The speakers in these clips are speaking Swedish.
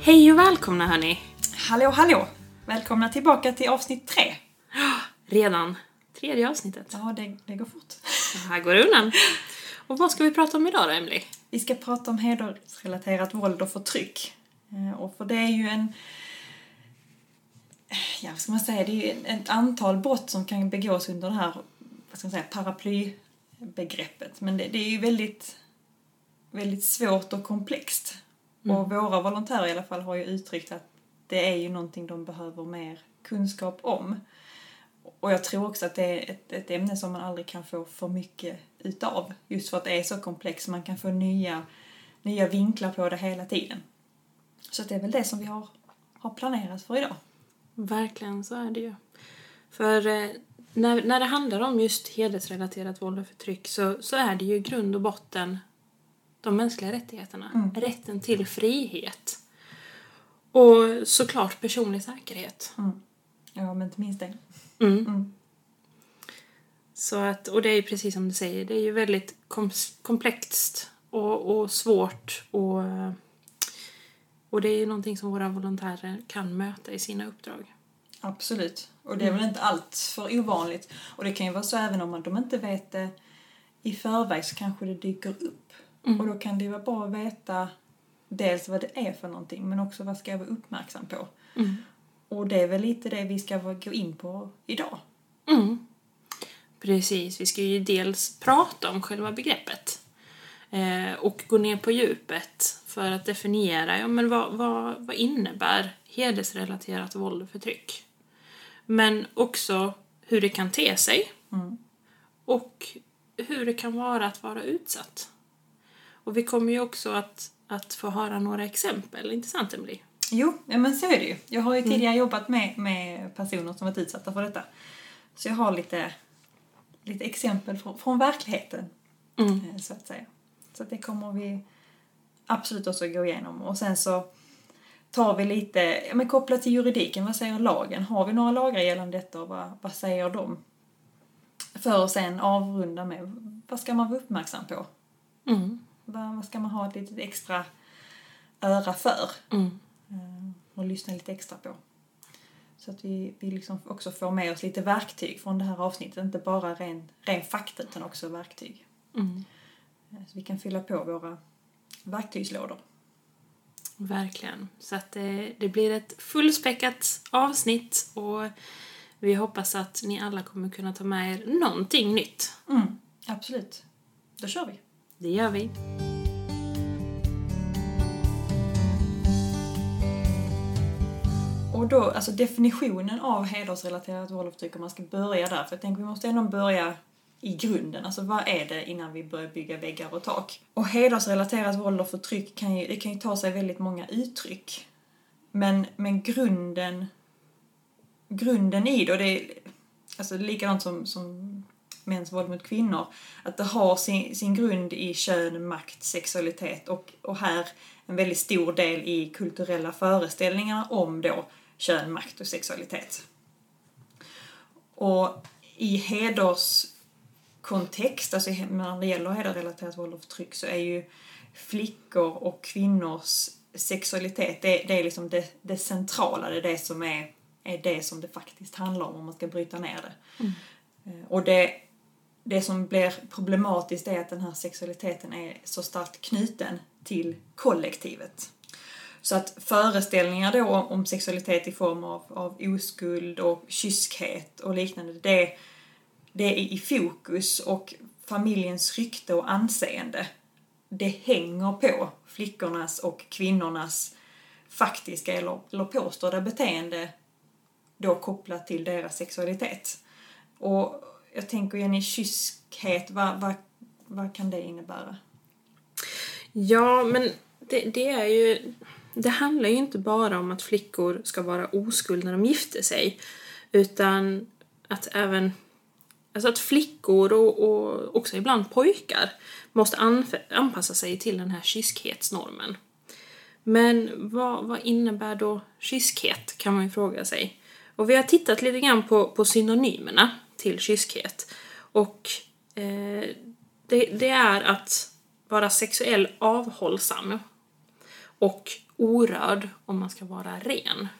Hej och välkomna hörni! Hallå! Välkomna tillbaka till avsnitt 3. Redan 3:e avsnittet. Ja, det går fort. Det här går undan. Och vad ska vi prata om idag då, Emily? Vi ska prata om hedersrelaterat våld och förtryck. Och för det är ju vad ska man säga, det är ju ett antal brott som kan begås under det här, vad ska man säga, paraplybegreppet. Men det är ju väldigt, väldigt svårt och komplext. Och våra volontärer i alla fall har ju uttryckt att det är ju någonting de behöver mer kunskap om. Och jag tror också att det är ett ämne som man aldrig kan få för mycket utav. Just för att det är så komplext. Man kan få nya vinklar på det hela tiden. Så det är väl det som vi har planerat för idag. Verkligen, så är det ju. För när det handlar om just hedersrelaterat våld och förtryck så är det ju i grund och botten de mänskliga rättigheterna. Rätten till frihet. Och såklart personlig säkerhet. Ja, men inte minst det. Så att, och det är ju precis som du säger, det är ju väldigt komplext och svårt och det är ju någonting som våra volontärer kan möta i sina uppdrag. Absolut. Och det är väl inte allt för ovanligt. Och det kan ju vara så även om de inte vet det i förväg så kanske det dyker upp. Och då kan det vara bra att veta dels vad det är för någonting men också vad ska jag vara uppmärksam på. Och det är väl lite det vi ska gå in på idag. Precis, vi ska ju dels prata om själva begreppet och gå ner på djupet för att definiera men vad innebär hedersrelaterat våld och förtryck. Men också hur det kan te sig och hur det kan vara att vara utsatt. Och vi kommer ju också att få höra några exempel, inte sant Emily? Jo, men så är det ju. Jag har ju tidigare jobbat med personer som varit utsatta för detta. Så jag har lite exempel från verkligheten, så att säga. Så det kommer vi absolut också gå igenom. Och sen så tar vi lite, kopplat till juridiken, vad säger lagen? Har vi några lagar gällande detta och vad säger de? För att sen avrunda med, vad ska man vara uppmärksam på? Vad ska man ha ett litet extra öra för? Och lyssna lite extra på. Så att vi liksom också får med oss lite verktyg från det här avsnittet. Inte bara ren fakta utan också verktyg. Så vi kan fylla på våra verktygslådor. Verkligen. Så att det blir ett fullspäckat avsnitt. Och vi hoppas att ni alla kommer kunna ta med er någonting nytt. Absolut. Då kör vi. Det gör vi. Och då, alltså definitionen av hedersrelaterat våld och förtryck, om man ska börja där. För jag tänker vi måste ändå börja i grunden. Alltså vad är det innan vi börjar bygga väggar och tak? Och hedersrelaterat våld och förtryck kan ju ta sig väldigt många uttryck. Men grunden i det, och det är alltså likadant som mäns våld mot kvinnor. Att det har sin grund i kön, makt, sexualitet och här en väldigt stor del i kulturella föreställningar om då kön, makt och sexualitet. Och i hederskontext, alltså när det gäller hedersrelaterat våld och förtryck, så är ju flickor och kvinnors sexualitet, det är liksom det centrala, det är det som är det som det faktiskt handlar om man ska bryta ner det. Och det som blir problematiskt är att den här sexualiteten är så starkt knuten till kollektivet. Så att föreställningar då om sexualitet i form av oskuld och kyskhet och liknande, det är i fokus, och familjens rykte och anseende, det hänger på flickornas och kvinnornas faktiska eller påstådda beteende då kopplat till deras sexualitet. Och jag tänker igen i kyskhet, vad kan det innebära? Ja, men det handlar ju inte bara om att flickor ska vara oskuld när de gifter sig, utan att även att flickor och också ibland pojkar måste anpassa sig till den här kyskhetsnormen. Men vad innebär då kyskhet, kan man ju fråga sig. Och vi har tittat lite grann på synonymerna till kyskhet. Och det är att vara sexuell avhållsam och orörd om man ska vara ren.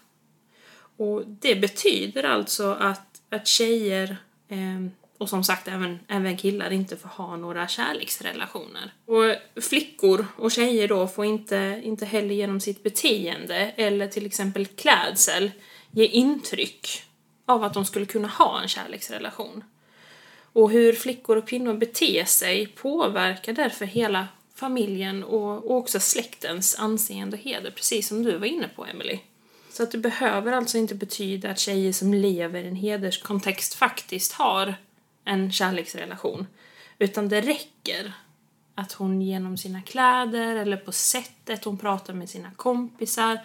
Och det betyder alltså att tjejer, och som sagt även killar, inte får ha några kärleksrelationer. Och flickor och tjejer då får inte heller genom sitt beteende eller till exempel klädsel ge intryck av att de skulle kunna ha en kärleksrelation. Och hur flickor och kvinnor beter sig påverkar därför hela familjen och också släktens anseende och heder, precis som du var inne på, Emily. Så att det behöver alltså inte betyda att tjejer som lever i en hederskontext faktiskt har en kärleksrelation. Utan det räcker att hon genom sina kläder eller på sättet hon pratar med sina kompisar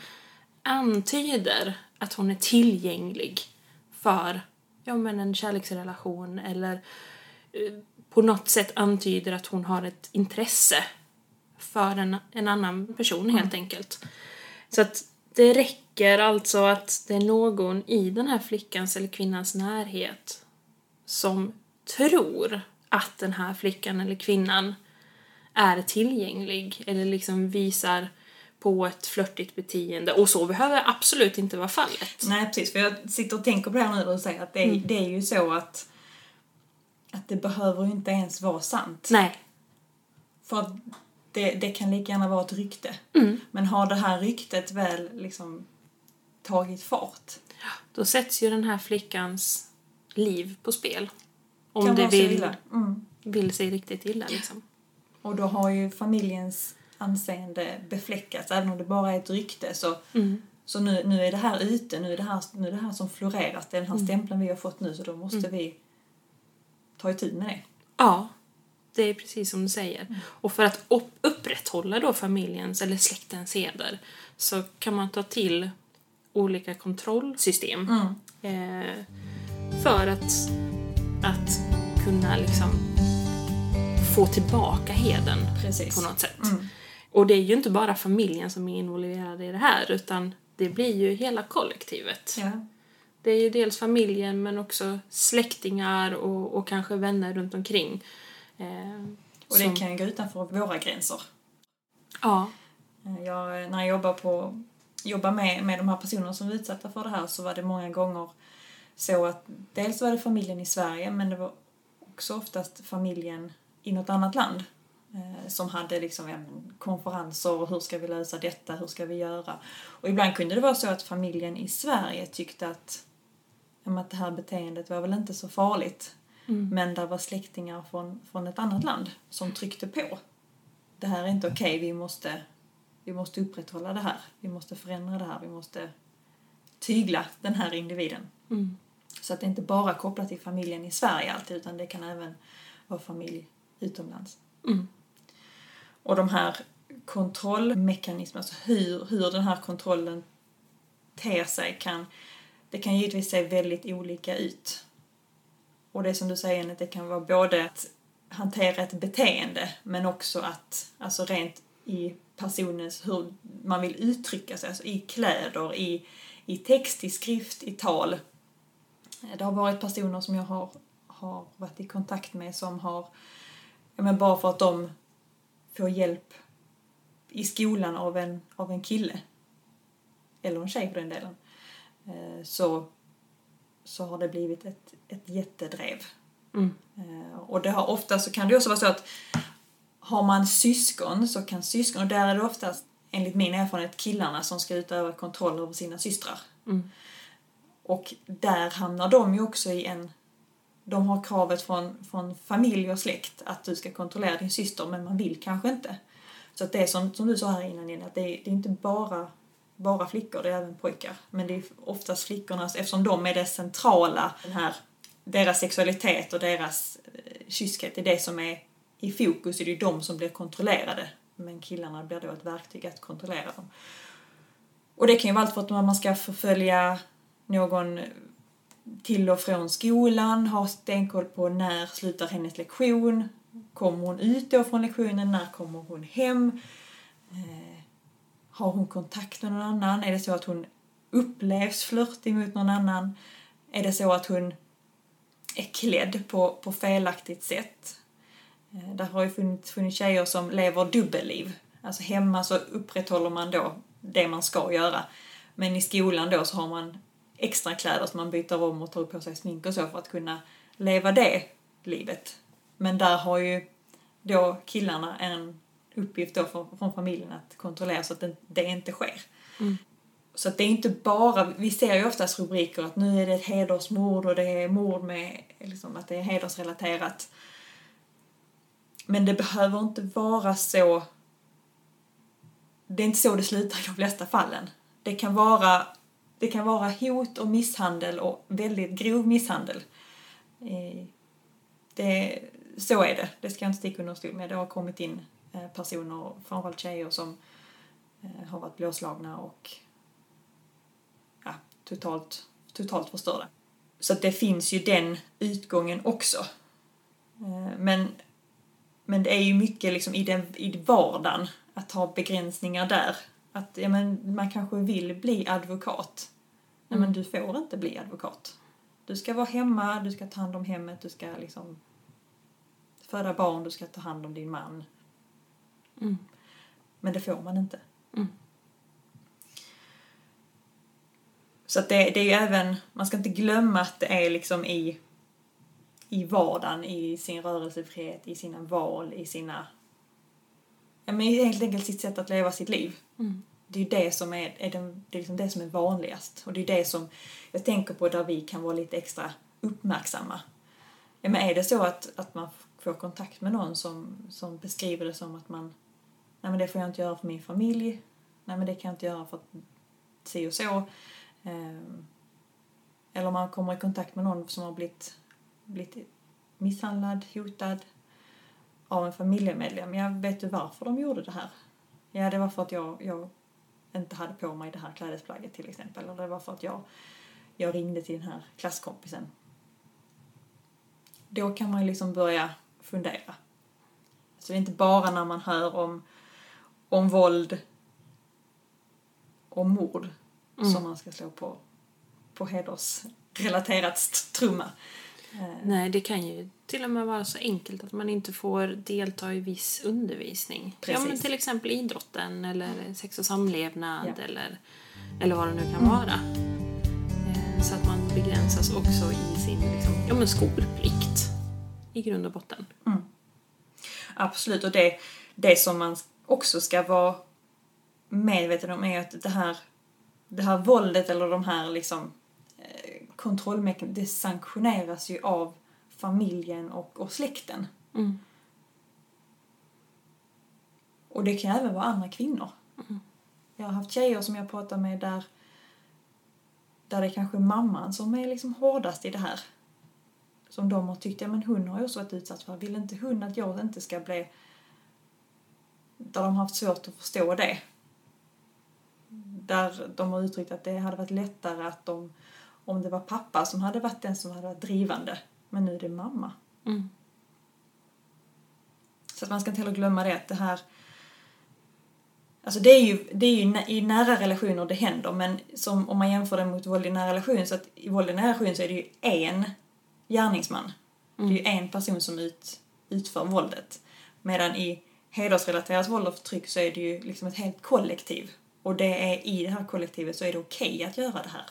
antyder att hon är tillgänglig för en kärleksrelation, eller på något sätt antyder att hon har ett intresse för en annan person helt enkelt. Så att det räcker alltså att det är någon i den här flickans eller kvinnans närhet som tror att den här flickan eller kvinnan är tillgänglig eller liksom visar på ett flörtigt beteende. Och så behöver absolut inte vara fallet. Nej, precis. För jag sitter och tänker på det här nu och säger att det är ju så att det behöver ju inte ens vara sant. Nej. För att det kan lika gärna vara ett rykte. Men har det här ryktet väl liksom tagit fart, då sätts ju den här flickans liv på spel. Om kan det vill sig riktigt illa liksom. Och då har ju familjens anseende befläckats. Även om det bara är ett rykte så nu är det här ute. Nu är det här som floreras. Det är den här stämpeln vi har fått nu, så då måste vi ta itu med det. Ja, det är precis som du säger. Och för att upprätthålla då familjens eller släktens heder så kan man ta till olika kontrollsystem för att kunna liksom få tillbaka heden på något sätt. Och det är ju inte bara familjen som är involverad i det här, utan det blir ju hela kollektivet. Ja. Det är ju dels familjen men också släktingar och kanske vänner runt omkring. Och det kan ju gå utanför våra gränser. Ja. När jag jobbar med de här personerna som är utsatta för det här, så var det många gånger så att dels var det familjen i Sverige, men det var också oftast familjen i något annat land som hade liksom konferenser och hur ska vi lösa detta, hur ska vi göra. Och ibland kunde det vara så att familjen i Sverige tyckte att det här beteendet var väl inte så farligt. Men där var släktingar från ett annat land som tryckte på. Det här är inte okej, vi måste upprätthålla det här. Vi måste förändra det här, vi måste tygla den här individen. Så att det inte bara kopplat till familjen i Sverige alltid, utan det kan även vara familj utomlands. Och de här kontrollmekanismerna, alltså hur den här kontrollen ter sig, det kan givetvis se väldigt olika ut. Och det som du säger, att det kan vara både att hantera ett beteende, men också att, alltså rent i personens, hur man vill uttrycka sig, alltså i kläder, i text, i skrift, i tal. Det har varit personer som jag har varit i kontakt med som har, bara för att de får hjälp i skolan av en kille, eller en tjej för den delen, så har det blivit ett jättedrev. Och det har ofta, så kan det också vara så att har man syskon, så kan syskon, och där är det oftast enligt min erfarenhet killarna som ska utöva kontroll över sina systrar. Och där hamnar de ju också i de har kravet från familj och släkt att du ska kontrollera din syster, men man vill kanske inte. Så att det är som du sa här innan, att det är inte bara flickor, det är även pojkar. Men det är oftast flickorna, eftersom de är det centrala, deras sexualitet och deras kyskhet är det som är i fokus, är det ju de som blir kontrollerade. Men killarna blir då ett verktyg att kontrollera dem. Och det kan ju vara allt för att man ska förfölja någon till och från skolan, ha stenkoll på när slutar hennes lektion, kommer hon ut då från lektionen, när kommer hon hem, har hon kontakt med någon annan, är det så att hon upplevs flörtig mot någon annan, är det så att hon är klädd på felaktigt sätt. Där har ju funnits tjejer som lever dubbelliv. Alltså hemma så upprätthåller man då det man ska göra. Men i skolan då så har man extra kläder som man byter om och tar på sig smink och så för att kunna leva det livet. Men där har ju då killarna en uppgift då från familjen att kontrollera så att det inte sker. Så att det är inte bara, vi ser ju oftast rubriker att nu är det ett hedersmord och det är mord med, liksom, att det är hedersrelaterat. Men det behöver inte vara så, det är inte så det slutar i de flesta fallen. Det kan vara hot och misshandel och väldigt grov misshandel. Så är det. Det ska jag inte sticka under stol med. Det har kommit in personer, framförallt tjejer, som har varit blåslagna och totalt förstörda. Så att det finns ju den utgången också. Men det är ju mycket liksom i vardagen att ha begränsningar där. Att man kanske vill bli advokat. Men du får inte bli advokat. Du ska vara hemma, du ska ta hand om hemmet, du ska liksom föda barn, du ska ta hand om din man. Men det får man inte. Så att det är ju även, man ska inte glömma att det är liksom i vardagen, i sin rörelsefrihet, i sina val, i sina, helt enkelt sitt sätt att leva sitt liv. Det är ju det som det är liksom det som är vanligast. Och det är det som jag tänker på där vi kan vara lite extra uppmärksamma. Men är det så att man får kontakt med någon som beskriver det som att nej men det får jag inte göra för min familj. Nej men det kan jag inte göra för att se och så. Eller man kommer i kontakt med någon som har blivit misshandlad, hotad av en familjemedlem. Jag vet ju varför de gjorde det här. Ja, det var för att jag inte hade på mig det här klädesplagget till exempel. Eller det var för att jag ringde till den här klasskompisen. Då kan man ju liksom börja fundera. Så det är inte bara när man hör om våld och mord som man ska slå på hedersrelaterat trumma. Nej, det kan ju till och med vara så enkelt att man inte får delta i viss undervisning. Precis. Ja, men till exempel idrotten eller sex och samlevnad eller vad det nu kan vara. Så att man begränsas också i sin skolplikt i grund och botten. Absolut, och det som man också ska vara medveten om är att det här våldet eller de här kontrollmekanismerna, det sanktioneras ju av familjen och släkten. Och det kan även vara andra kvinnor. Jag har haft tjejer som jag pratar med där det är kanske mamman som är hårdast i det här. Som de har tyckt, men hon har ju också varit utsatt för. Vill inte hon att jag inte ska bli... Där de har haft svårt att förstå det. Där de har uttryckt att det hade varit lättare att om det var pappa som hade varit den som hade varit drivande. Men nu är det mamma. Så att man ska inte heller glömma det, att det här... Alltså det är ju i nära relationer det händer, men om man jämför det mot våld i nära relation, så att i våld i nära relation så är det ju en gärningsman. Det är ju en person som utför våldet. Medan i hedersrelaterat våld och förtryck så är det ju ett helt kollektiv. Och det är i det här kollektivet så är det okej att göra det här.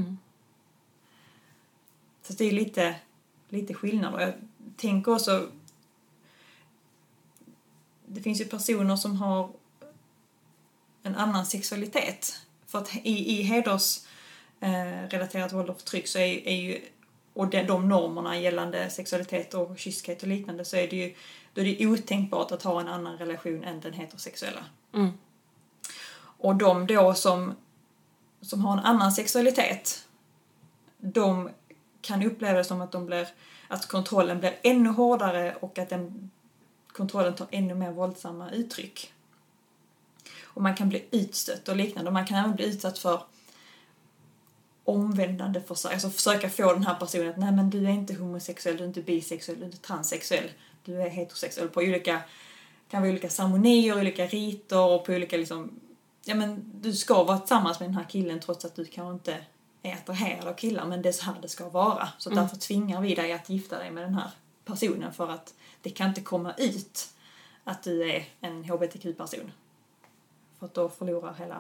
Så det är lite skillnad. Och jag tänker också, det finns ju personer som har en annan sexualitet. För att i hedersrelaterat våld och förtryck så är ju, och de normerna gällande sexualitet och kyskhet och liknande, så är det ju, då är det otänkbart att ha en annan relation än den heterosexuella. Och de då som har en annan sexualitet, de kan uppleva det som att kontrollen blir ännu hårdare och att kontrollen tar ännu mer våldsamma uttryck. Och man kan bli utstött och liknande. Och man kan även bli utsatt för omvändande försök. Alltså försöka få den här personen att nej men du är inte homosexuell, du är inte bisexuell, du är inte transsexuell. Du är heterosexuell på kan vara olika ceremonier, olika riter och på olika du ska vara tillsammans med den här killen trots att du kanske inte är attraherad av killar, men det är så här det ska vara. Så därför tvingar vi dig att gifta dig med den här personen, för att det kan inte komma ut att du är en hbtq-person. För att då förlorar hela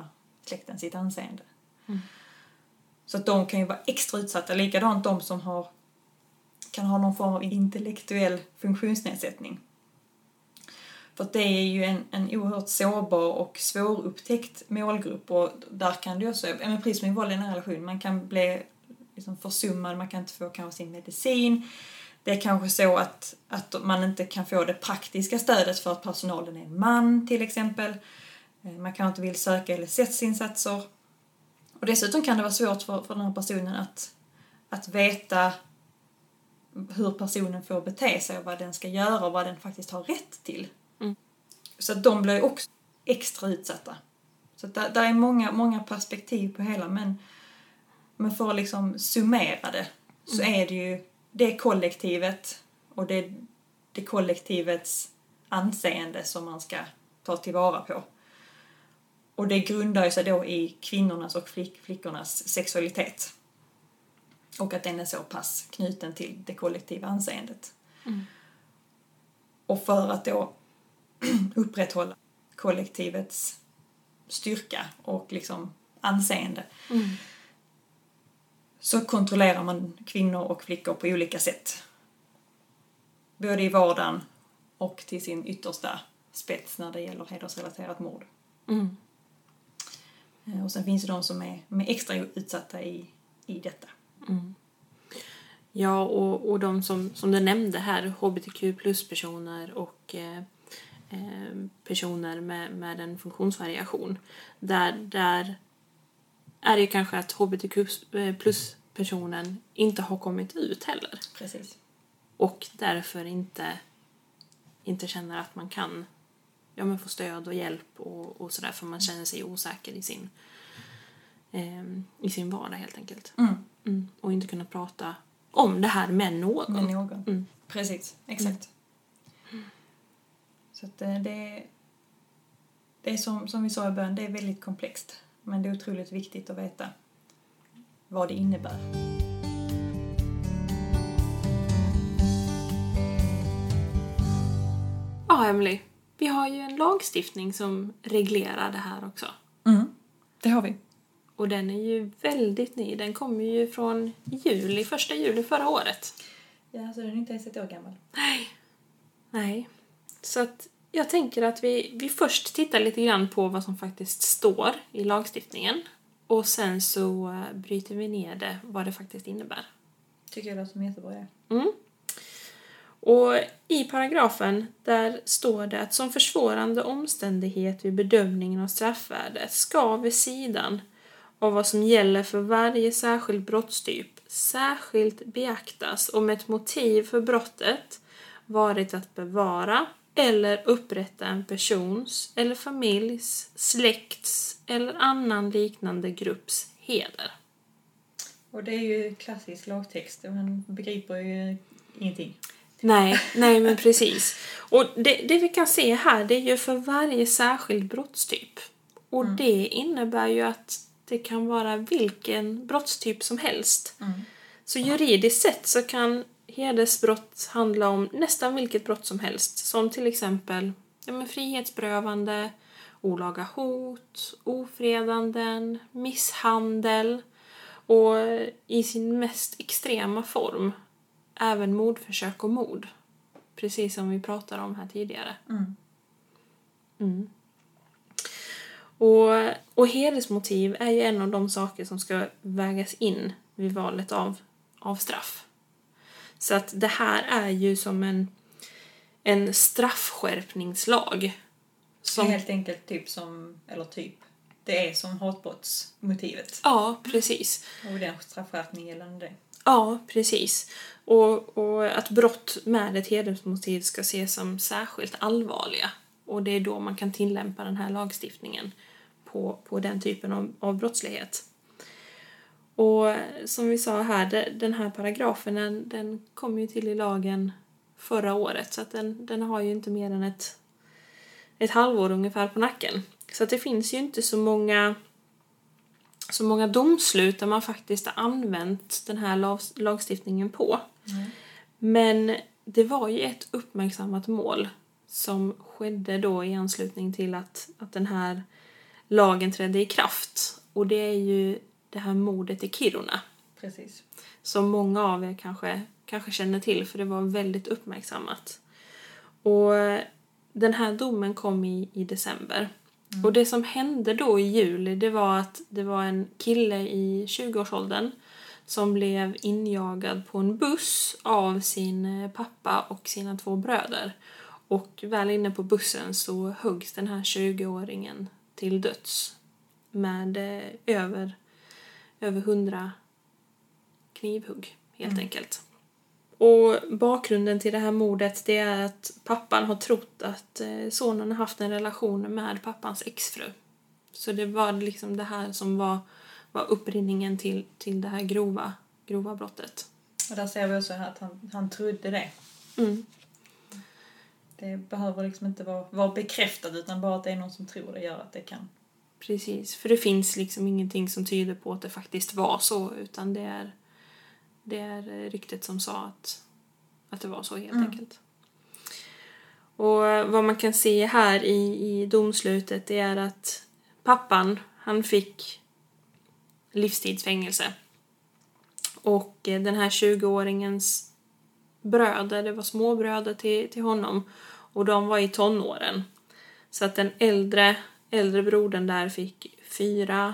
släkten sitt anseende. Så att de kan ju vara extra utsatta. Likadant de som kan ha någon form av intellektuell funktionsnedsättning. För det är ju en oerhört sårbar och svårupptäckt målgrupp. Och där kan det också, precis som i våld i en relation, man kan bli liksom försummad, man kan inte få kanske sin medicin. Det är kanske så att man inte kan få det praktiska stödet för att personalen är en man till exempel. Man kanske inte vill söka LSS-insatser. Och dessutom kan det vara svårt för den här personen att veta hur personen får bete sig och vad den ska göra och vad den faktiskt har rätt till. Så att de blir också extra utsatta. Så att där är många perspektiv på hela, men för att liksom summera det så är det ju det kollektivet och det kollektivets anseende som man ska ta tillvara på. Och det grundar sig då i kvinnornas och flickornas sexualitet. Och att den är så pass knuten till det kollektiva anseendet. Och för att då upprätthålla kollektivets styrka och liksom anseende så kontrollerar man kvinnor och flickor på olika sätt. Både i vardagen och till sin yttersta spets när det gäller hedersrelaterat mord. Och sen finns det de som är extra utsatta i detta. Ja, och de som du nämnde här, HBTQ plus-personer och personer med en funktionsvariation. Där är det kanske att HBTQ plus-personen inte har kommit ut heller. Precis. Och därför inte känner att man kan få stöd och hjälp och sådär, för man känner sig osäker i sin vardag helt enkelt. Och inte kunna prata om det här med någon. Precis, exakt. Så att det är som vi sa i början, det är väldigt komplext. Men det är otroligt viktigt att veta vad det innebär. Ja, Emily. Vi har ju en lagstiftning som reglerar det här också. Det har vi. Och den är ju väldigt ny. Den kommer ju från 1 juli förra året. Ja, så den är inte ens ett år gammal. Nej. Så att jag tänker att vi först tittar lite grann på vad som faktiskt står i lagstiftningen. Och sen så bryter vi ner det, vad det faktiskt innebär. Tycker jag det låter jättebra det. Och i paragrafen där står det att som försvårande omständighet vid bedömningen av straffvärdet ska vid sidan av vad som gäller för varje särskild brottstyp särskilt beaktas om ett motiv för brottet varit att bevara eller upprätta en persons eller familjs, släkts eller annan liknande grupps heder. Och det är ju klassisk lagtext. Man begriper ju ingenting. Nej, men precis. Och det vi kan se här, det är ju för varje särskild brottstyp. Och det innebär ju att det kan vara vilken brottstyp som helst. Så juridiskt sett så kan hedersbrott handla om nästan vilket brott som helst. Som till exempel frihetsberövande, olaga hot, ofredanden, misshandel och i sin mest extrema form även mordförsök och mord. Precis som vi pratade om här tidigare. Och hedersmotiv är ju en av de saker som ska vägas in vid valet av straff. Så att det här är ju som en straffskärpningslag. Som helt enkelt det är som hatbrottsmotivet. Ja, precis. Och den straffskärpning gällande det. Ja, precis. Och att brott med ett hedersmotiv ska ses som särskilt allvarliga. Och det är då man kan tillämpa den här lagstiftningen på den typen av brottslighet. Och som vi sa här, den här paragrafen den kom ju till i lagen förra året. Så att den har ju inte mer än ett halvår ungefär på nacken. Så att det finns ju inte så många domslut där man faktiskt har använt den här lagstiftningen på. Men det var ju ett uppmärksammat mål som skedde då i anslutning till att den här lagen trädde i kraft. Och det är ju det här mordet i Kiruna. Precis. Som många av er kanske känner till, för det var väldigt uppmärksammat. Och den här domen kom i december. Och det som hände då i juli, det var att det var en kille i 20-årsåldern som blev injagad på en buss av sin pappa och sina 2 bröder. Och väl inne på bussen så huggs den här 20-åringen till döds med över 100 knivhugg helt enkelt. Och bakgrunden till det här mordet, det är att pappan har trott att sonen har haft en relation med pappans exfru. Så det var liksom det här som var upprinningen till det här grova brottet. Och där ser vi också att han trodde det. Mm. Det behöver liksom inte vara bekräftat, utan bara att det är någon som tror det gör att det kan. Precis, för det finns liksom ingenting som tyder på att det faktiskt var så, utan det är ryktet som sa att det var så helt enkelt. Och vad man kan se här i domslutet, det är att pappan, han fick livstidsfängelse. Och den här 20-åringens bröder, det var småbröder till honom, och de var i tonåren. Så att den äldre brodern där fick 4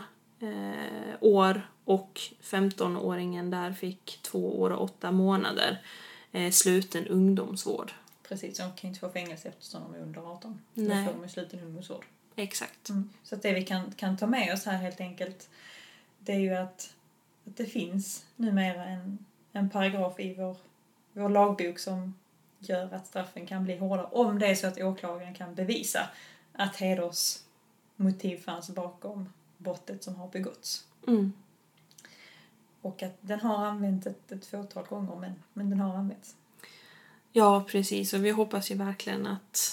år och 15-åringen där fick 2 år och 8 månader sluten ungdomsvård. Precis, de kan inte få fängelse eftersom de är under 18. Nej. Då får de sluten ungdomsvård. Exakt. Så att det vi kan ta med oss här helt enkelt, det är ju att det finns numera en paragraf i vår lagbok som gör att straffen kan bli hårdare om det är så att åklagaren kan bevisa att hedersmotiv fanns bakom brottet som har begåtts. Mm. Och att den har använts ett fåtal gånger, men den har använts. Ja, precis. Och vi hoppas ju verkligen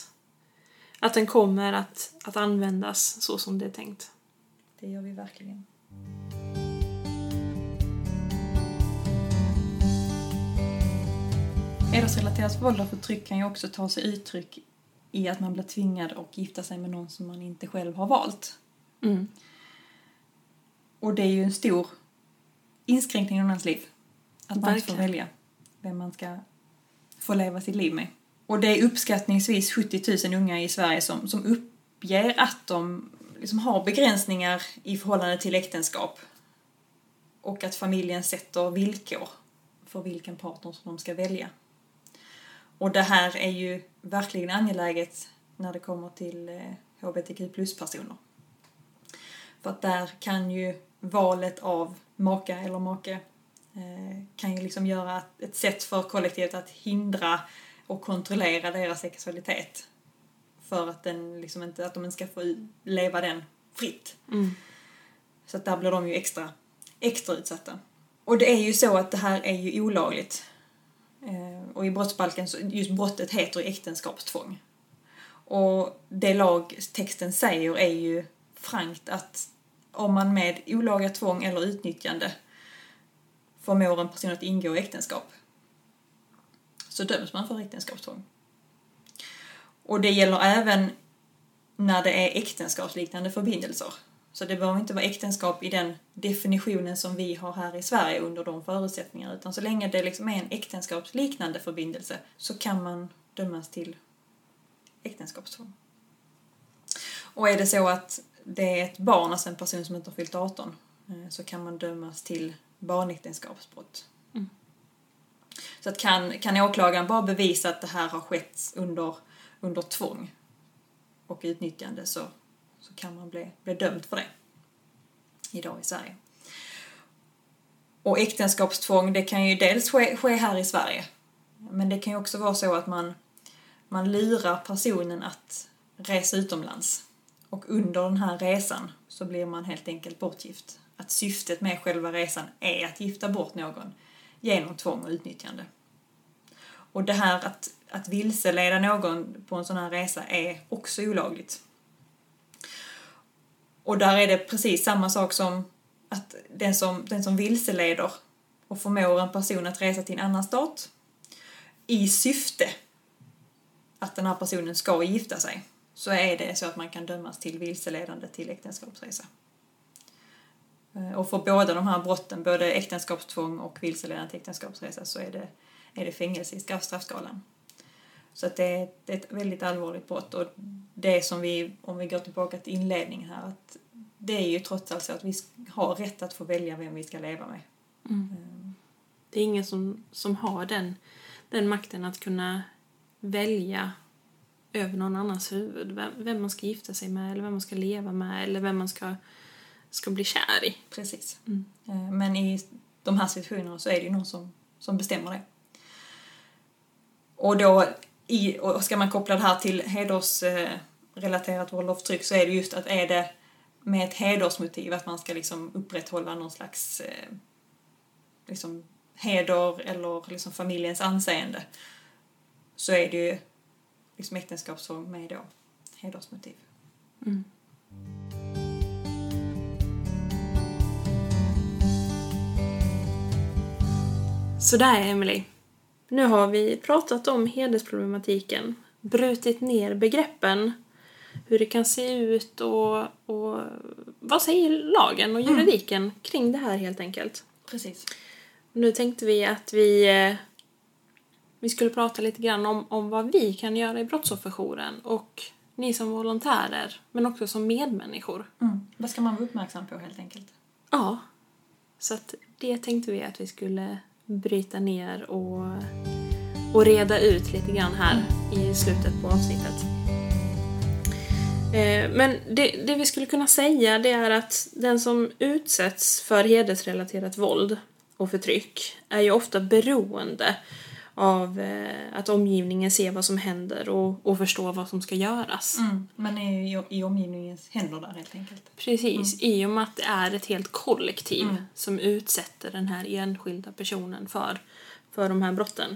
att den kommer att användas så som det är tänkt. Det gör vi verkligen. Hedersrelaterat våld och förtryck kan ju också ta sig uttryck i att man blir tvingad att gifta sig med någon som man inte själv har valt. Mm. Och det är ju en stor inskränkning i någons liv. Att man inte får välja vem man ska få leva sitt liv med. Och det är uppskattningsvis 70 000 unga i Sverige som uppger att de liksom har begränsningar i förhållande till äktenskap. Och att familjen sätter villkor för vilken partner som de ska välja. Och det här är ju verkligen angeläget när det kommer till hbtq+-personer. För att där kan ju valet av maka eller make kan ju liksom göra ett sätt för kollektivet att hindra och kontrollera deras sexualitet. För att den liksom inte, att de inte ska få leva den fritt. Mm. Så att där blir de ju extra utsatta. Och det är ju så att det här är ju olagligt. Och i brottsbalken, så just brottet heter äktenskapstvång. Och det lagtexten säger är ju frankt att om man med olaga tvång eller utnyttjande förmår en person att ingå i äktenskap, så döms man för äktenskapstvång. Och det gäller även när det är äktenskapsliknande förbindelser. Så det behöver inte vara äktenskap i den definitionen som vi har här i Sverige under de förutsättningarna. Utan så länge det liksom är en äktenskapsliknande förbindelse så kan man dömas till äktenskapstvång. Och är det så att det är ett barn, alltså en person som inte har fyllt 18, så kan man dömas till barnäktenskapsbrott. Mm. Så att kan åklagaren bara bevisa att det här har skett under tvång och utnyttjande, så kan man bli dömd för det idag i Sverige. Och äktenskapstvång, det kan ju dels ske här i Sverige, men det kan ju också vara så att man lurar personen att resa utomlands. Och under den här resan så blir man helt enkelt bortgift. Att syftet med själva resan är att gifta bort någon genom tvång och utnyttjande. Och det här att vilseleda någon på en sån här resa är också olagligt. Och där är det precis samma sak som att den som vilseleder och förmår en person att resa till en annan stat i syfte att den här personen ska gifta sig, så är det så att man kan dömas till vilseledande till äktenskapsresa. Och för båda de här brotten, både äktenskapstvång och vilseledande till äktenskapsresa, så är det fängelse i straffskalan. Så att det är ett väldigt allvarligt brott. Och det som vi, om vi går tillbaka till inledningen här, att det är ju trots allt så att vi har rätt att få välja vem vi ska leva med. Det är ingen som har den makten att kunna välja över någon annans huvud. Vem man ska gifta sig med, eller vem man ska leva med, eller vem man ska bli kär i. Precis. Men i de här situationerna så är det ju någon som bestämmer det. Och då, och ska man koppla det här till hedersrelaterat våld och förtryck, så är det just att är det med ett hedersmotiv, att man ska liksom upprätthålla någon slags liksom heder eller liksom familjens anseende, så är det ju liksom äktenskapstvång med då hedersmotiv. Så där, Emily. Nu har vi pratat om hedersproblematiken, brutit ner begreppen, hur det kan se ut och vad säger lagen och juridiken kring det här helt enkelt. Precis. Nu tänkte vi att vi skulle prata lite grann om vad vi kan göra i brottsofferjouren, och ni som volontärer, men också som medmänniskor. Vad ska man vara uppmärksam på helt enkelt? Ja, så att det tänkte vi att vi skulle bryta ner och reda ut lite grann här i slutet på avsnittet. Men det vi skulle kunna säga, det är att den som utsätts för hedersrelaterat våld och förtryck är ju ofta beroende av att omgivningen ser vad som händer och förstår vad som ska göras. Man är ju i omgivningens händer där helt enkelt. Precis, i och med att det är ett helt kollektiv som utsätter den här enskilda personen för de här brotten.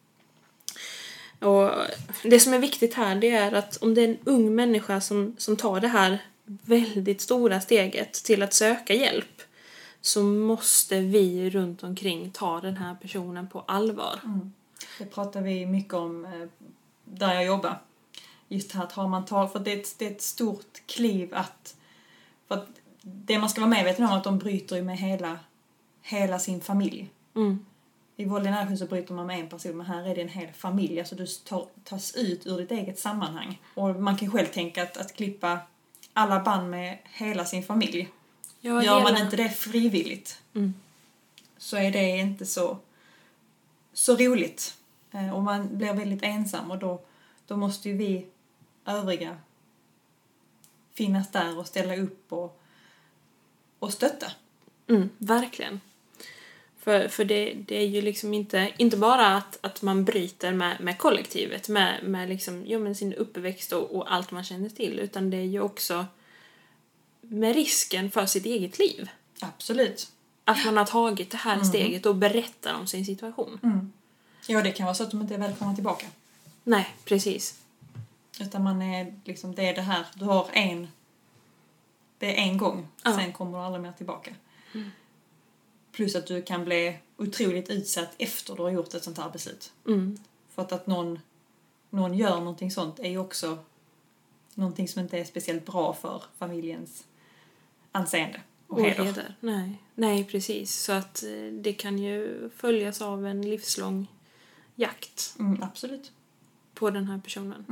Och det som är viktigt här, det är att om det är en ung människa som tar det här väldigt stora steget till att söka hjälp, så måste vi runt omkring ta den här personen på allvar. Det pratar vi mycket om där jag jobbar. Just här att har man för det är ett stort kliv för att det man ska vara medveten om att de bryter med hela sin familj. I våld i nära relation så bryter man med en person, men här är det en hel familj. Alltså du tas ut ur ditt eget sammanhang. Och man kan själv tänka att klippa alla band med hela sin familj. Gör man inte det frivilligt så är det inte så roligt. Och man blir väldigt ensam, och då måste ju vi övriga finnas där och ställa upp och stötta. Verkligen. För det är ju liksom inte bara att man bryter med kollektivet, med liksom, med sin uppväxt och allt man känner till, utan det är ju också med risken för sitt eget liv. Absolut. Att man har tagit det här steget och berättar om sin situation. Ja, det kan vara så att de inte är välkomna tillbaka. Nej, precis. Utan man är liksom, det är det här, du har det är en gång, sen kommer du aldrig mer tillbaka. Plus att du kan bli otroligt utsatt efter du har gjort ett sånt här beslut. För att någon gör någonting sånt är ju också någonting som inte är speciellt bra för familjens anseende och heder. Nej, precis. Så att det kan ju följas av en livslång jakt. Absolut. På den här personen.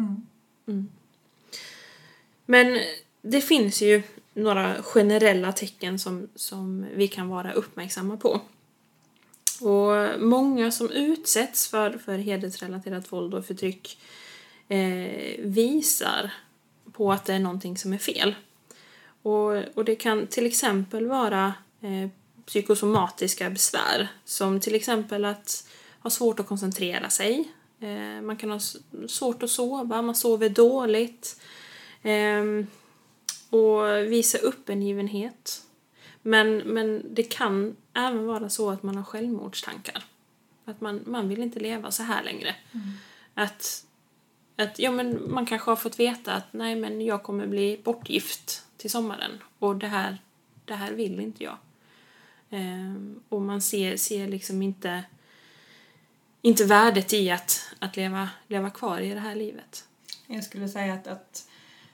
Men det finns ju några generella tecken som vi kan vara uppmärksamma på. Och många som utsätts för hedersrelaterat våld och förtryck visar på att det är någonting som är fel. Och det kan till exempel vara psykosomatiska besvär, som till exempel att ha svårt att koncentrera sig. Man kan ha svårt att sova, man sover dåligt. Och visa uppgivenhet. Men det kan även vara så att man har självmordstankar. Att man vill inte leva så här längre. Att men man kanske har fått veta att nej, men jag kommer bli bortgift till sommaren. Och det här vill inte jag. Och man ser liksom inte värdet i att leva kvar i det här livet. Jag skulle säga att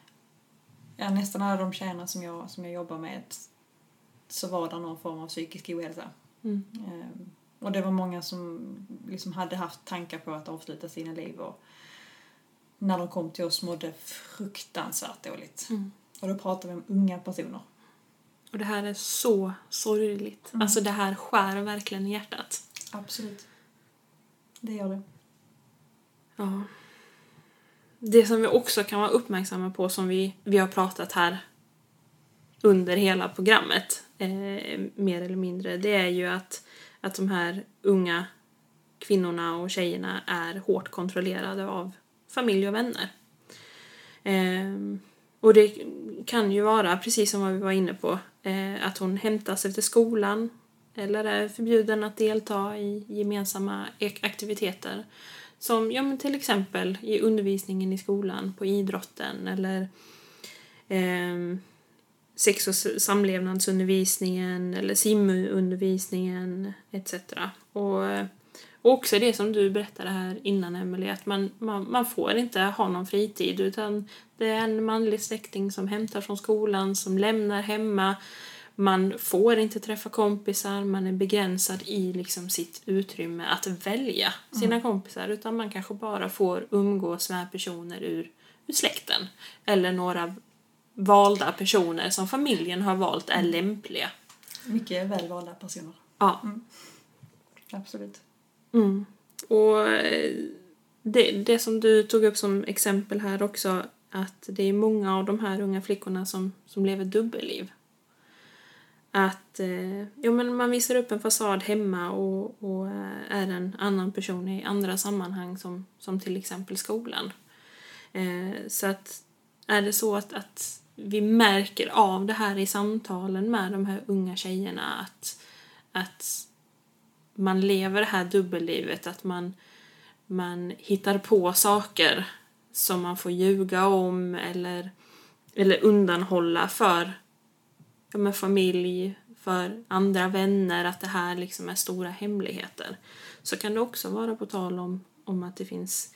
nästan alla de tjejerna som jag jobbar med, så var det någon form av psykisk ohälsa. Och det var många som liksom hade haft tankar på att avsluta sina liv, och när de kom till oss mådde fruktansvärt dåligt. Och då pratar vi om unga personer. Och det här är så sorgligt. Alltså det här skär verkligen i hjärtat. Absolut. Det gör det. Ja. Det som vi också kan vara uppmärksamma på, som vi har pratat här under hela programmet, mer eller mindre, det är ju att de här unga kvinnorna och tjejerna är hårt kontrollerade av familj och vänner. Och det kan ju vara, precis som vad vi var inne på, att hon hämtas efter skolan eller är förbjuden att delta i gemensamma aktiviteter. Som men till exempel i undervisningen i skolan, på idrotten eller sex- och samlevnadsundervisningen eller simundervisningen etc. Och också det som du berättade här innan, Emelie, att man får inte ha någon fritid, utan det är en manlig släkting som hämtar från skolan, som lämnar hemma. Man får inte träffa kompisar, man är begränsad i liksom sitt utrymme att välja sina kompisar, utan man kanske bara får umgås med personer ur släkten eller några valda personer som familjen har valt är lämpliga. Mycket välvalda personer. Ja. Absolut. Och det som du tog upp som exempel här också, att det är många av de här unga flickorna som lever dubbelliv. Att men man visar upp en fasad hemma och är en annan person i andra sammanhang som till exempel skolan. Så att är det så att vi märker av det här i samtalen med de här unga tjejerna, att man lever det här dubbellivet, att man hittar på saker som man får ljuga om eller undanhålla för familj, för andra vänner, att det här liksom är stora hemligheter, så kan det också vara på tal om att det finns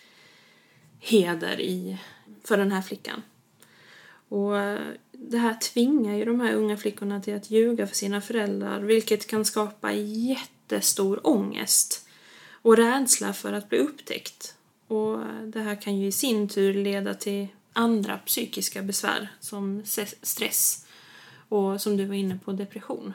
heder för den här flickan. Och det här tvingar ju de här unga flickorna till att ljuga för sina föräldrar, vilket kan skapa jättestor ångest och rädsla för att bli upptäckt. Och det här kan ju i sin tur leda till andra psykiska besvär som stress och, som du var inne på, depression.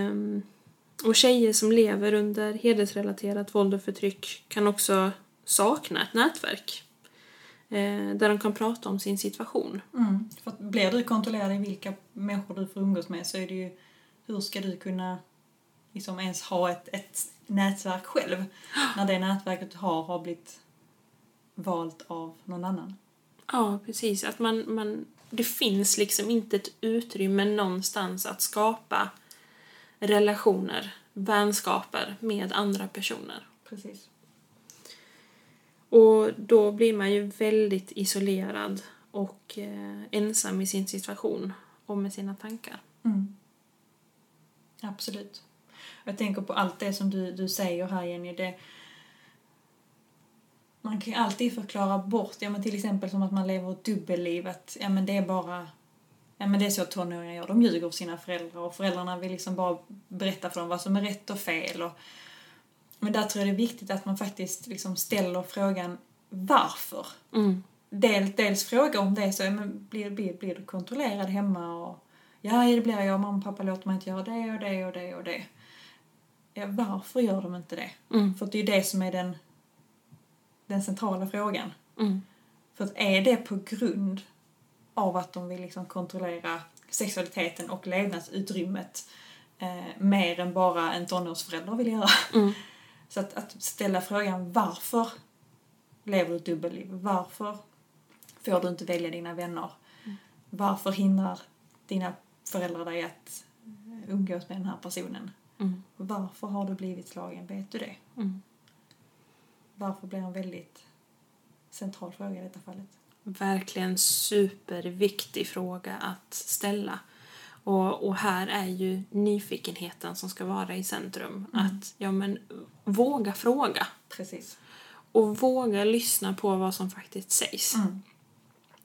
Och tjejer som lever under hedersrelaterat våld och förtryck kan också sakna ett nätverk där de kan prata om sin situation. För att blir du kontrollerad i vilka människor du får umgås med, så är det ju, hur ska du kunna liksom ens ha ett nätverk själv när det nätverket du har blivit valt av någon annan? Ja, precis. Att det finns liksom inte ett utrymme någonstans att skapa relationer, vänskaper med andra personer. Precis. Och då blir man ju väldigt isolerad och ensam i sin situation och med sina tankar. Absolut. Jag tänker på allt det som du säger här, Jenny. Man kan ju alltid förklara bort, till exempel som att man lever ett dubbelliv, att det är bara, det är så tonåringar gör, de ljuger för sina föräldrar, och föräldrarna vill liksom bara berätta för dem vad som är rätt och fel. Men där tror jag det är viktigt att man faktiskt liksom ställer frågan varför. Dels fråga om det är så, blir du kontrollerad hemma, och det blir jag, mamma och pappa låter mig inte göra det och det och det och det. Ja, varför gör de inte det? För det är ju det som är den centrala frågan. För att är det på grund av att de vill liksom kontrollera sexualiteten och levnadsutrymmet mer än bara en tonårsförälder vill göra. Så att ställa frågan, varför lever du ett dubbelliv? Varför får du inte välja dina vänner? Varför hindrar dina föräldrar dig att umgås med den här personen? Varför har du blivit slagen? Vet du det? Varför blir en väldigt central fråga i detta fallet? Verkligen superviktig fråga att ställa. Och här är ju nyfikenheten som ska vara i centrum. Att våga fråga. Precis. Och våga lyssna på vad som faktiskt sägs.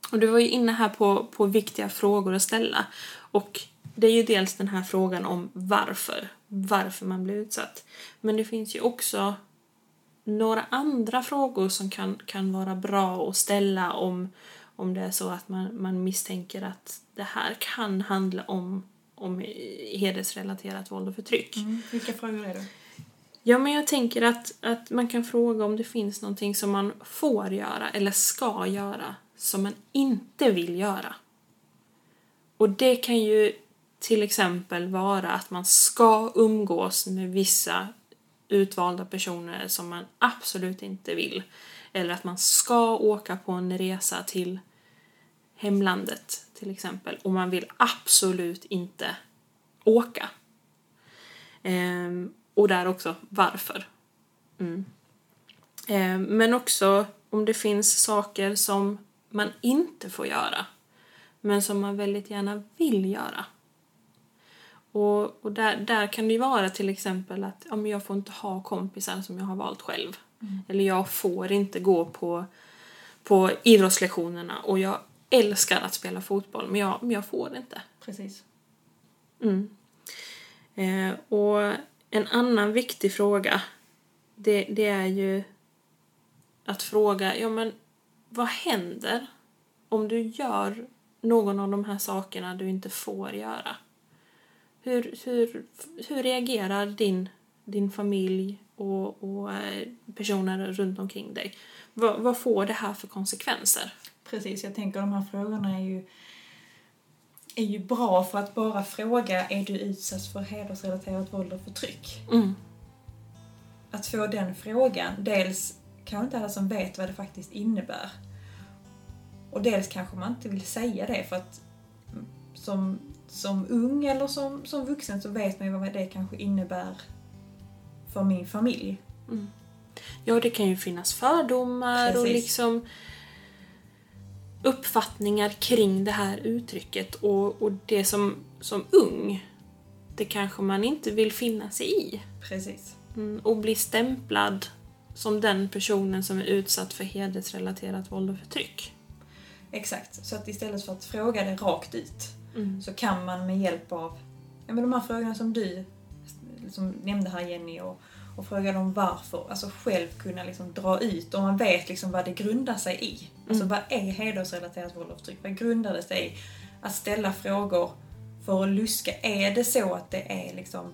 Och du var ju inne här på viktiga frågor att ställa. Och det är ju dels den här frågan om varför man blir utsatt. Men det finns ju också några andra frågor som kan vara bra att ställa om det är så att man misstänker att det här kan handla om hedersrelaterat våld och förtryck. Vilka frågor är det? Ja, men jag tänker att man kan fråga om det finns någonting som man får göra eller ska göra som man inte vill göra. Och det kan ju till exempel vara att man ska umgås med vissa utvalda personer som man absolut inte vill. Eller att man ska åka på en resa till hemlandet till exempel. Och man vill absolut inte åka. Och där också varför. Men också om det finns saker som man inte får göra. Men som man väldigt gärna vill göra. Och där kan det ju vara till exempel att jag får inte ha kompisar som jag har valt själv. Eller jag får inte gå på idrottslektionerna. Och jag älskar att spela fotboll, men jag får inte. Precis. Och en annan viktig fråga, det är ju att fråga, men vad händer om du gör någon av de här sakerna du inte får göra? Hur reagerar din familj och personer runt omkring dig? Vad får det här för konsekvenser? Precis, jag tänker de här frågorna är ju bra för att bara fråga, är du utsatt för hedersrelaterat våld och förtryck? Att få den frågan, dels kanske inte alla som vet vad det faktiskt innebär. Och dels kanske man inte vill säga det för att som ung eller som vuxen så vet man ju vad det kanske innebär för min familj. Ja, det kan ju finnas fördomar. Precis. Och liksom uppfattningar kring det här uttrycket och det som ung, det kanske man inte vill finna sig i. Precis. Och bli stämplad som den personen som är utsatt för hedersrelaterat våld och förtryck. Exakt, så att istället för att fråga det rakt ut så kan man med hjälp av de här frågorna som du som nämnde här, Jenny, och fråga dem varför, alltså själv kunna liksom dra ut, och man vet liksom vad det grundar sig i. Alltså vad är hedersrelaterat våld och förtryck? Vad grundar det sig i? Att ställa frågor för att luska, är det så att det är liksom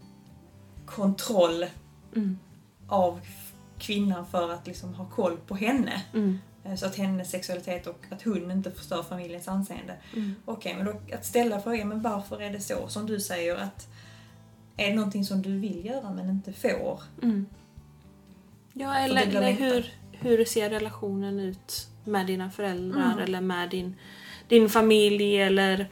kontroll av kvinnan för att liksom ha koll på henne? Så att hennes sexualitet och att hon inte förstör familjens anseende. Okej, men då att ställa frågan, men varför är det så? Som du säger, att är det någonting som du vill göra men inte får? Ja, eller hur ser relationen ut med dina föräldrar eller med din familj eller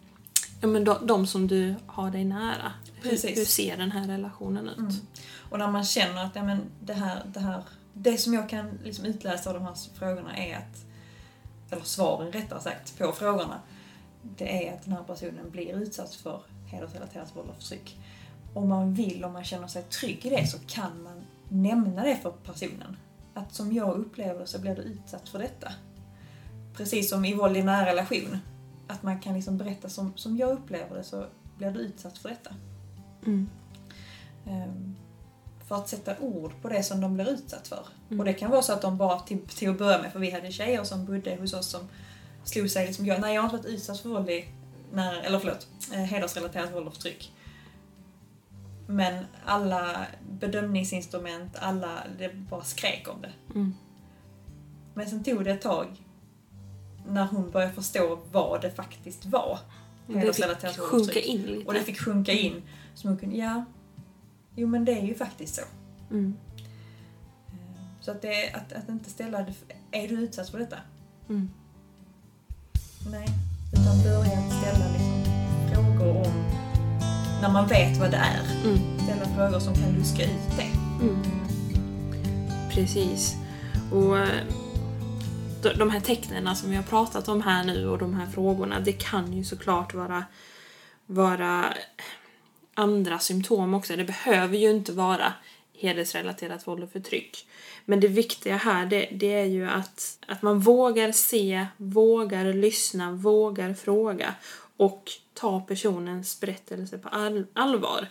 de som du har dig nära. Hur ser den här relationen ut? Och när man känner att det som jag kan liksom utläsa av de här frågorna är att, eller svaren rättare sagt på frågorna, det är att den här personen blir utsatt för hedersrelaterat våld och förtryck. Om man känner sig trygg i det, så kan man nämna det för personen. Att som jag upplever så blir du utsatt för detta. Precis som i våld i nära relation. Att man kan liksom berätta som jag upplever det, så blir du utsatt för detta. För att sätta ord på det som de blir utsatt för. Och det kan vara så att de bara till att börja med, för vi hade tjejer som bodde hos oss som slog sig liksom, jag har inte varit utsatt för hedersrelaterat våld och förtryck. Men alla bedömningsinstrument, det bara skrek om det. Men sen tog det ett tag när hon började förstå vad det faktiskt var. Det fick sjunka in lite. Och det fick sjunka in. Så hon kunde, men det är ju faktiskt så. Så att det att inte ställa det, är du utsatt för detta? Nej, utan börja ställa liksom frågor om, när man vet vad det är. Ställa frågor som kan luska ut det. Precis. Och de här tecknen som vi har pratat om här nu och de här frågorna, det kan ju såklart vara andra symptom också. Det behöver ju inte vara hedersrelaterat våld och förtryck. Men det viktiga här det är ju att man vågar se, vågar lyssna, vågar fråga och ta personens berättelse på allvar.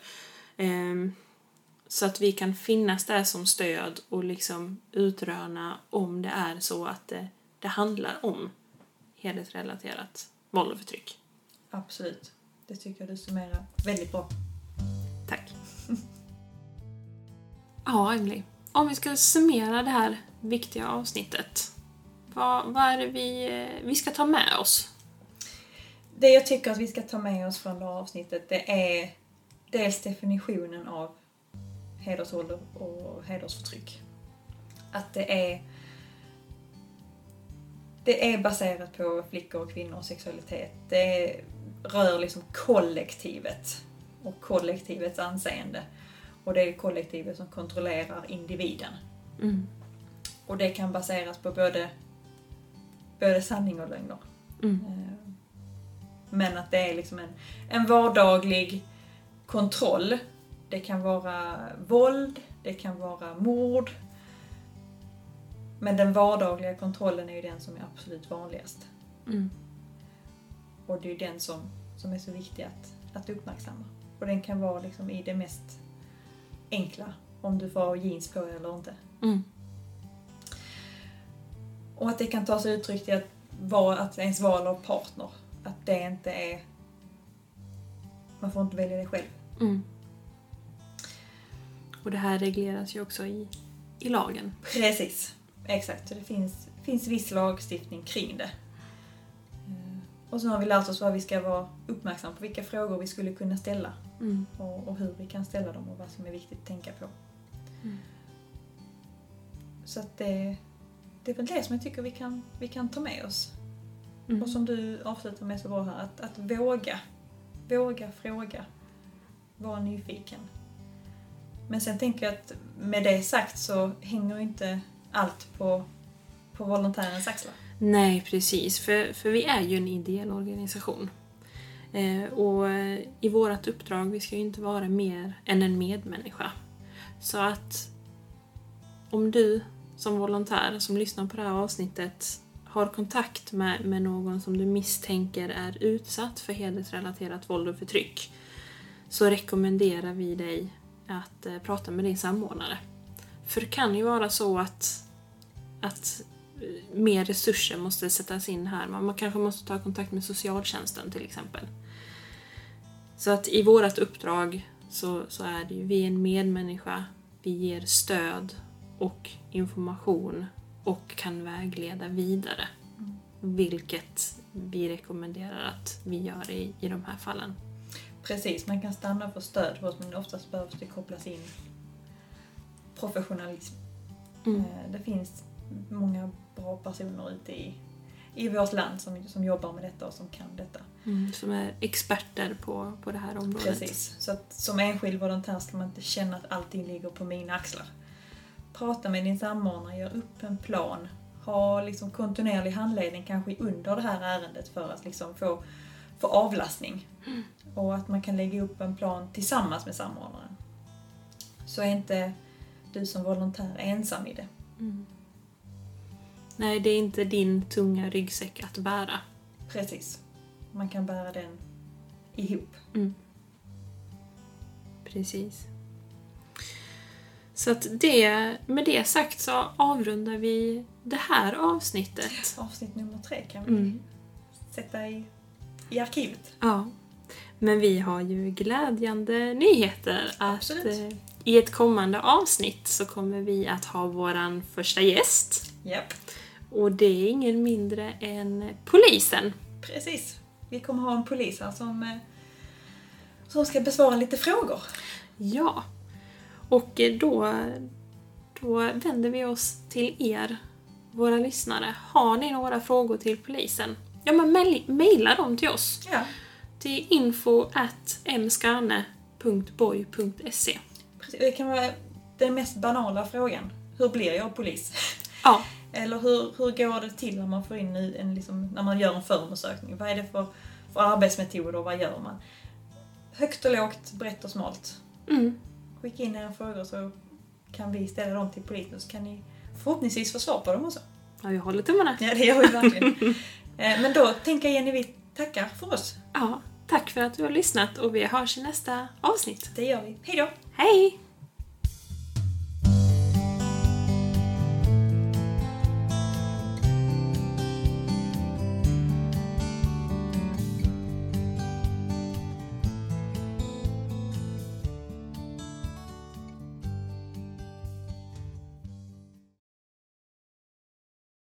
Så att vi kan finnas där som stöd och liksom utröna om det är så att det handlar om hedersrelaterat våld och förtryck. Absolut. Det tycker jag du summerar väldigt bra. Tack. Ja, Emily. Om vi ska summera det här viktiga avsnittet. Vad är det vi ska ta med oss? Det jag tycker att vi ska ta med oss från det här avsnittet, det är dels definitionen av hedersvåld och hedersförtryck. Att det är baserat på flickor och kvinnors sexualitet. Det rör liksom kollektivet och kollektivets anseende. Och det är kollektivet som kontrollerar individen. Mm. Och det kan baseras på både sanning och lögner. Mm. Men att det är liksom en vardaglig kontroll. Det kan vara våld, det kan vara mord. Men den vardagliga kontrollen är ju den som är absolut vanligast. Mm. Och det är ju den som är så viktig att uppmärksamma. Och den kan vara liksom i det mest enkla. Om du får jeans på eller inte. Mm. Och att det kan ta sig uttryck till att ens val av partner. Att det inte är... Man får inte välja det själv. Mm. Och det här regleras ju också i lagen. Precis. Exakt. Så det finns viss lagstiftning kring det. Och så har vi lärt oss vad vi ska vara uppmärksamma på. Vilka frågor vi skulle kunna ställa. Mm. Och hur vi kan ställa dem och vad som är viktigt att tänka på. Mm. Så att det är väl det som jag tycker vi kan ta med oss. Mm. Och som du avslutar med så bra här. Att våga fråga. Vara nyfiken. Men sen tänker jag att med det sagt så hänger inte allt på volontärens axlar. Nej, precis. För vi är ju en ideell organisation. Och i vårt uppdrag, vi ska ju inte vara mer än en medmänniska. Så att om du som volontär som lyssnar på det här avsnittet har kontakt med någon som du misstänker är utsatt för hedersrelaterat våld och förtryck, så rekommenderar vi dig att prata med din samordnare. För det kan ju vara så att mer resurser måste sättas in här. Man kanske måste ta kontakt med socialtjänsten till exempel. Så att i vårt uppdrag så är det ju vi är en medmänniska. Vi ger stöd och information och kan vägleda vidare. Vilket vi rekommenderar att vi gör i de här fallen. Precis, man kan stanna för stöd hos, men oftast behövs det kopplas in professionalism. Mm. Det finns många bra personer ute i vårt land som jobbar med detta och som kan detta. Som är experter på det här området. Precis, så att som enskild volontär ska man inte känna att allting ligger på mina axlar. Prata med din samordnare, gör upp en plan. Ha liksom kontinuerlig handledning kanske under det här ärendet för att liksom få avlastning. Och att man kan lägga upp en plan tillsammans med samordnaren. Så är inte du som volontär ensam i det. Mm. Nej, det är inte din tunga ryggsäck att bära. Precis. Man kan bära den ihop. Mm. Precis. Så att med det sagt så avrundar vi det här avsnittet. Avsnitt nummer 3 kan vi sätta i arkivet. Ja. Men vi har ju glädjande nyheter att i ett kommande avsnitt så kommer vi att ha våran första gäst. Japp. Och det är ingen mindre än polisen. Precis. Vi kommer ha en polis här som ska besvara lite frågor. Ja. Och då vänder vi oss till er, våra lyssnare. Har ni några frågor till polisen? Ja, men mejla dem till oss. Ja. Till info@mskarne.boy.se. Precis. Det kan vara den mest banala frågan. Hur blir jag polis? Ja. Eller hur går det till när man får in när man gör en förundersökning? Vad är det för arbetsmetoder och vad gör man? Högt och lågt, brett och smalt. Mm. Skicka in era frågor så kan vi ställa dem till polisen, så kan ni förhoppningsvis få svar på dem också. Ja, jag håller tummarna. Ja, det gör vi verkligen. Men då tänker Jenny, vi tackar för oss. Ja, tack för att du har lyssnat och vi hörs i nästa avsnitt. Det gör vi. Hej då! Hej!